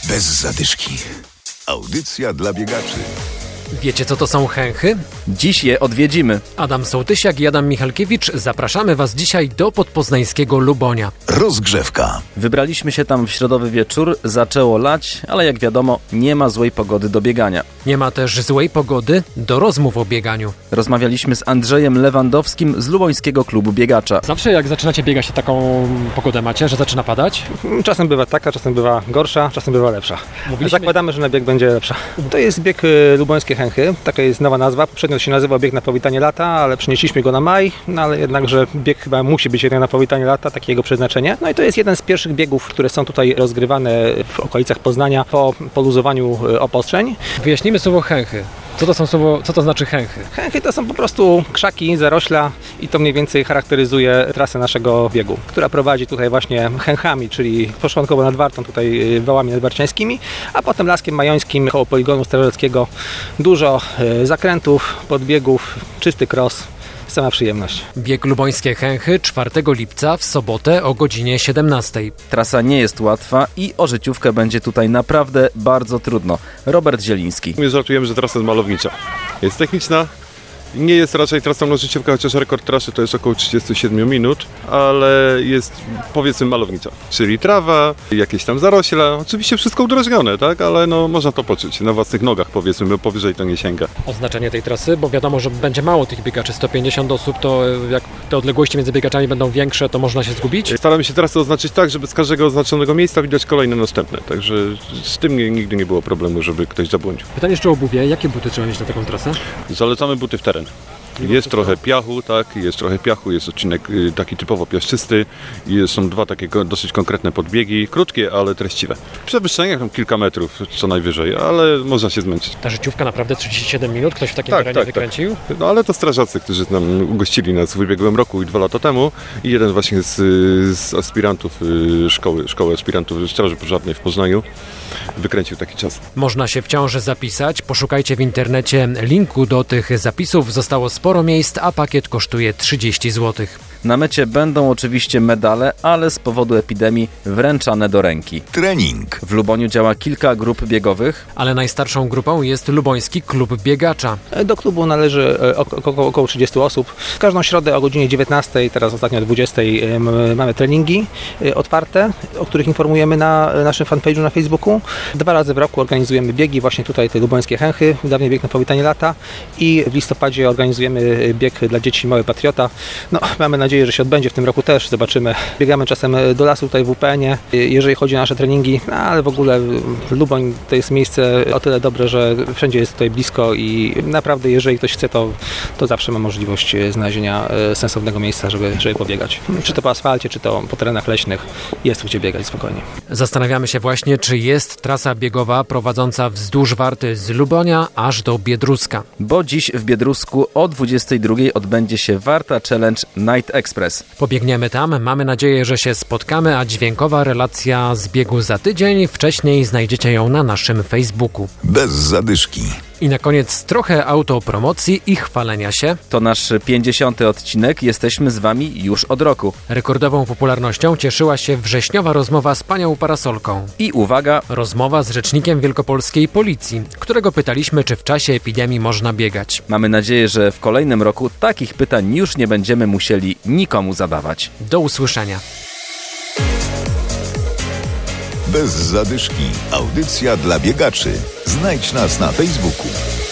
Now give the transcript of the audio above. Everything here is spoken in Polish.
Bez zadyszki. Audycja dla biegaczy. Wiecie, co to są chęchy? Dziś je odwiedzimy. Adam Sołtysiak i Adam Michalkiewicz, zapraszamy Was dzisiaj do podpoznańskiego Lubonia. Rozgrzewka. Wybraliśmy się tam w środowy wieczór, zaczęło lać, ale jak wiadomo, nie ma złej pogody do biegania. Nie ma też złej pogody do rozmów o bieganiu. Rozmawialiśmy z Andrzejem Lewandowskim z Lubońskiego Klubu Biegacza. Zawsze jak zaczynacie biegać, to taką pogodę macie, że zaczyna padać? Czasem bywa taka, czasem bywa gorsza, czasem bywa lepsza. Zakładamy, że na bieg będzie lepsza. To jest bieg Lubońskie Chęchy, taka jest nowa nazwa. Poprzednio się nazywał bieg na powitanie lata, ale przenieśliśmy go na maj, ale jednakże bieg chyba musi być jednak na powitanie lata, takie jego przeznaczenie. No i to jest jeden z pierwszych biegów, które są tutaj rozgrywane w okolicach Poznania po poluzowaniu obostrzeń. Wyjaśnijmy słowo chęchy. Co to znaczy chęchy? Chęchy to są po prostu krzaki, zarośla i to mniej więcej charakteryzuje trasę naszego biegu, która prowadzi tutaj właśnie chęchami, czyli początkowo nad Wartą, tutaj wałami nadwarciańskimi, a potem Laskiem Majońskim koło poligonu strażackiego. Dużo zakrętów, podbiegów, czysty cross. Sama przyjemność. Bieg Lubońskie Chęchy 4 lipca w sobotę o godzinie 17. Trasa nie jest łatwa i o życiówkę będzie tutaj naprawdę bardzo trudno. Robert Zieliński. My żartujemy, że trasa jest malownicza. Jest techniczna, nie jest raczej trasą na życiówkę, chociaż rekord trasy to jest około 37 minut, ale jest powiedzmy malownicza. Czyli trawa, jakieś tam zarośla, oczywiście wszystko udrożnione, tak? Ale no, można to poczuć na własnych nogach, powiedzmy, bo powyżej to nie sięga. Oznaczenie tej trasy, bo wiadomo, że będzie mało tych biegaczy, 150 osób, to jak te odległości między biegaczami będą większe, to można się zgubić? Staramy się trasę oznaczyć tak, żeby z każdego oznaczonego miejsca widać kolejne następne, także z tym nigdy nie było problemu, żeby ktoś zabłądził. Pytanie jeszcze o obuwie. Jakie buty trzeba mieć na taką trasę? Zalecamy buty w teren. Jest trochę piachu, tak, jest odcinek taki typowo piaszczysty i są dwa takie dosyć konkretne podbiegi, krótkie, ale treściwe. Przewyższenia tam kilka metrów co najwyżej, ale można się zmęczyć. Ta życiówka naprawdę 37 minut? Ktoś w takim terenie wykręcił? Tak. No ale to strażacy, którzy nam ugościli nas w ubiegłym roku i 2 lata temu i jeden właśnie z aspirantów szkoły aspirantów Straży Pożarnej w Poznaniu wykręcił taki czas. Można się wciąż zapisać, poszukajcie w internecie linku do tych zapisów, zostało sporo miejsc, a pakiet kosztuje 30 zł. Na mecie będą oczywiście medale, ale z powodu epidemii wręczane do ręki. Trening. W Luboniu działa kilka grup biegowych. Ale najstarszą grupą jest Luboński Klub Biegacza. Do klubu należy około 30 osób. W każdą środę o godzinie 19, teraz ostatnio o 20 mamy treningi otwarte, o których informujemy na naszym fanpage'u na Facebooku. 2 razy w roku organizujemy biegi, właśnie tutaj te Lubońskie Chęchy, dawniej bieg na powitanie lata i w listopadzie organizujemy bieg dla dzieci Mały Patriota. No, mamy nadzieję, że się odbędzie w tym roku też, zobaczymy. Biegamy czasem do lasu tutaj w UPN-ie, jeżeli chodzi o nasze treningi, no, ale w ogóle Luboń to jest miejsce o tyle dobre, że wszędzie jest tutaj blisko i naprawdę jeżeli ktoś chce, to zawsze ma możliwość znalezienia sensownego miejsca, żeby pobiegać. Czy to po asfalcie, czy to po terenach leśnych, jest tu gdzie biegać spokojnie. Zastanawiamy się właśnie, czy jest trasa biegowa prowadząca wzdłuż Warty z Lubonia aż do Biedruska. Bo dziś w Biedrusku o 22 odbędzie się Warta Challenge Night Express. Pobiegniemy tam, mamy nadzieję, że się spotkamy, a dźwiękowa relacja z biegu za tydzień. Wcześniej znajdziecie ją na naszym Facebooku. Bez zadyszki. I na koniec trochę autopromocji i chwalenia się. To nasz 50. odcinek, jesteśmy z Wami już od roku. Rekordową popularnością cieszyła się wrześniowa rozmowa z panią parasolką. I uwaga, rozmowa z rzecznikiem wielkopolskiej policji, którego pytaliśmy, czy w czasie epidemii można biegać. Mamy nadzieję, że w kolejnym roku takich pytań już nie będziemy musieli nikomu zadawać. Do usłyszenia. Bez zadyszki. Audycja dla biegaczy. Znajdź nas na Facebooku.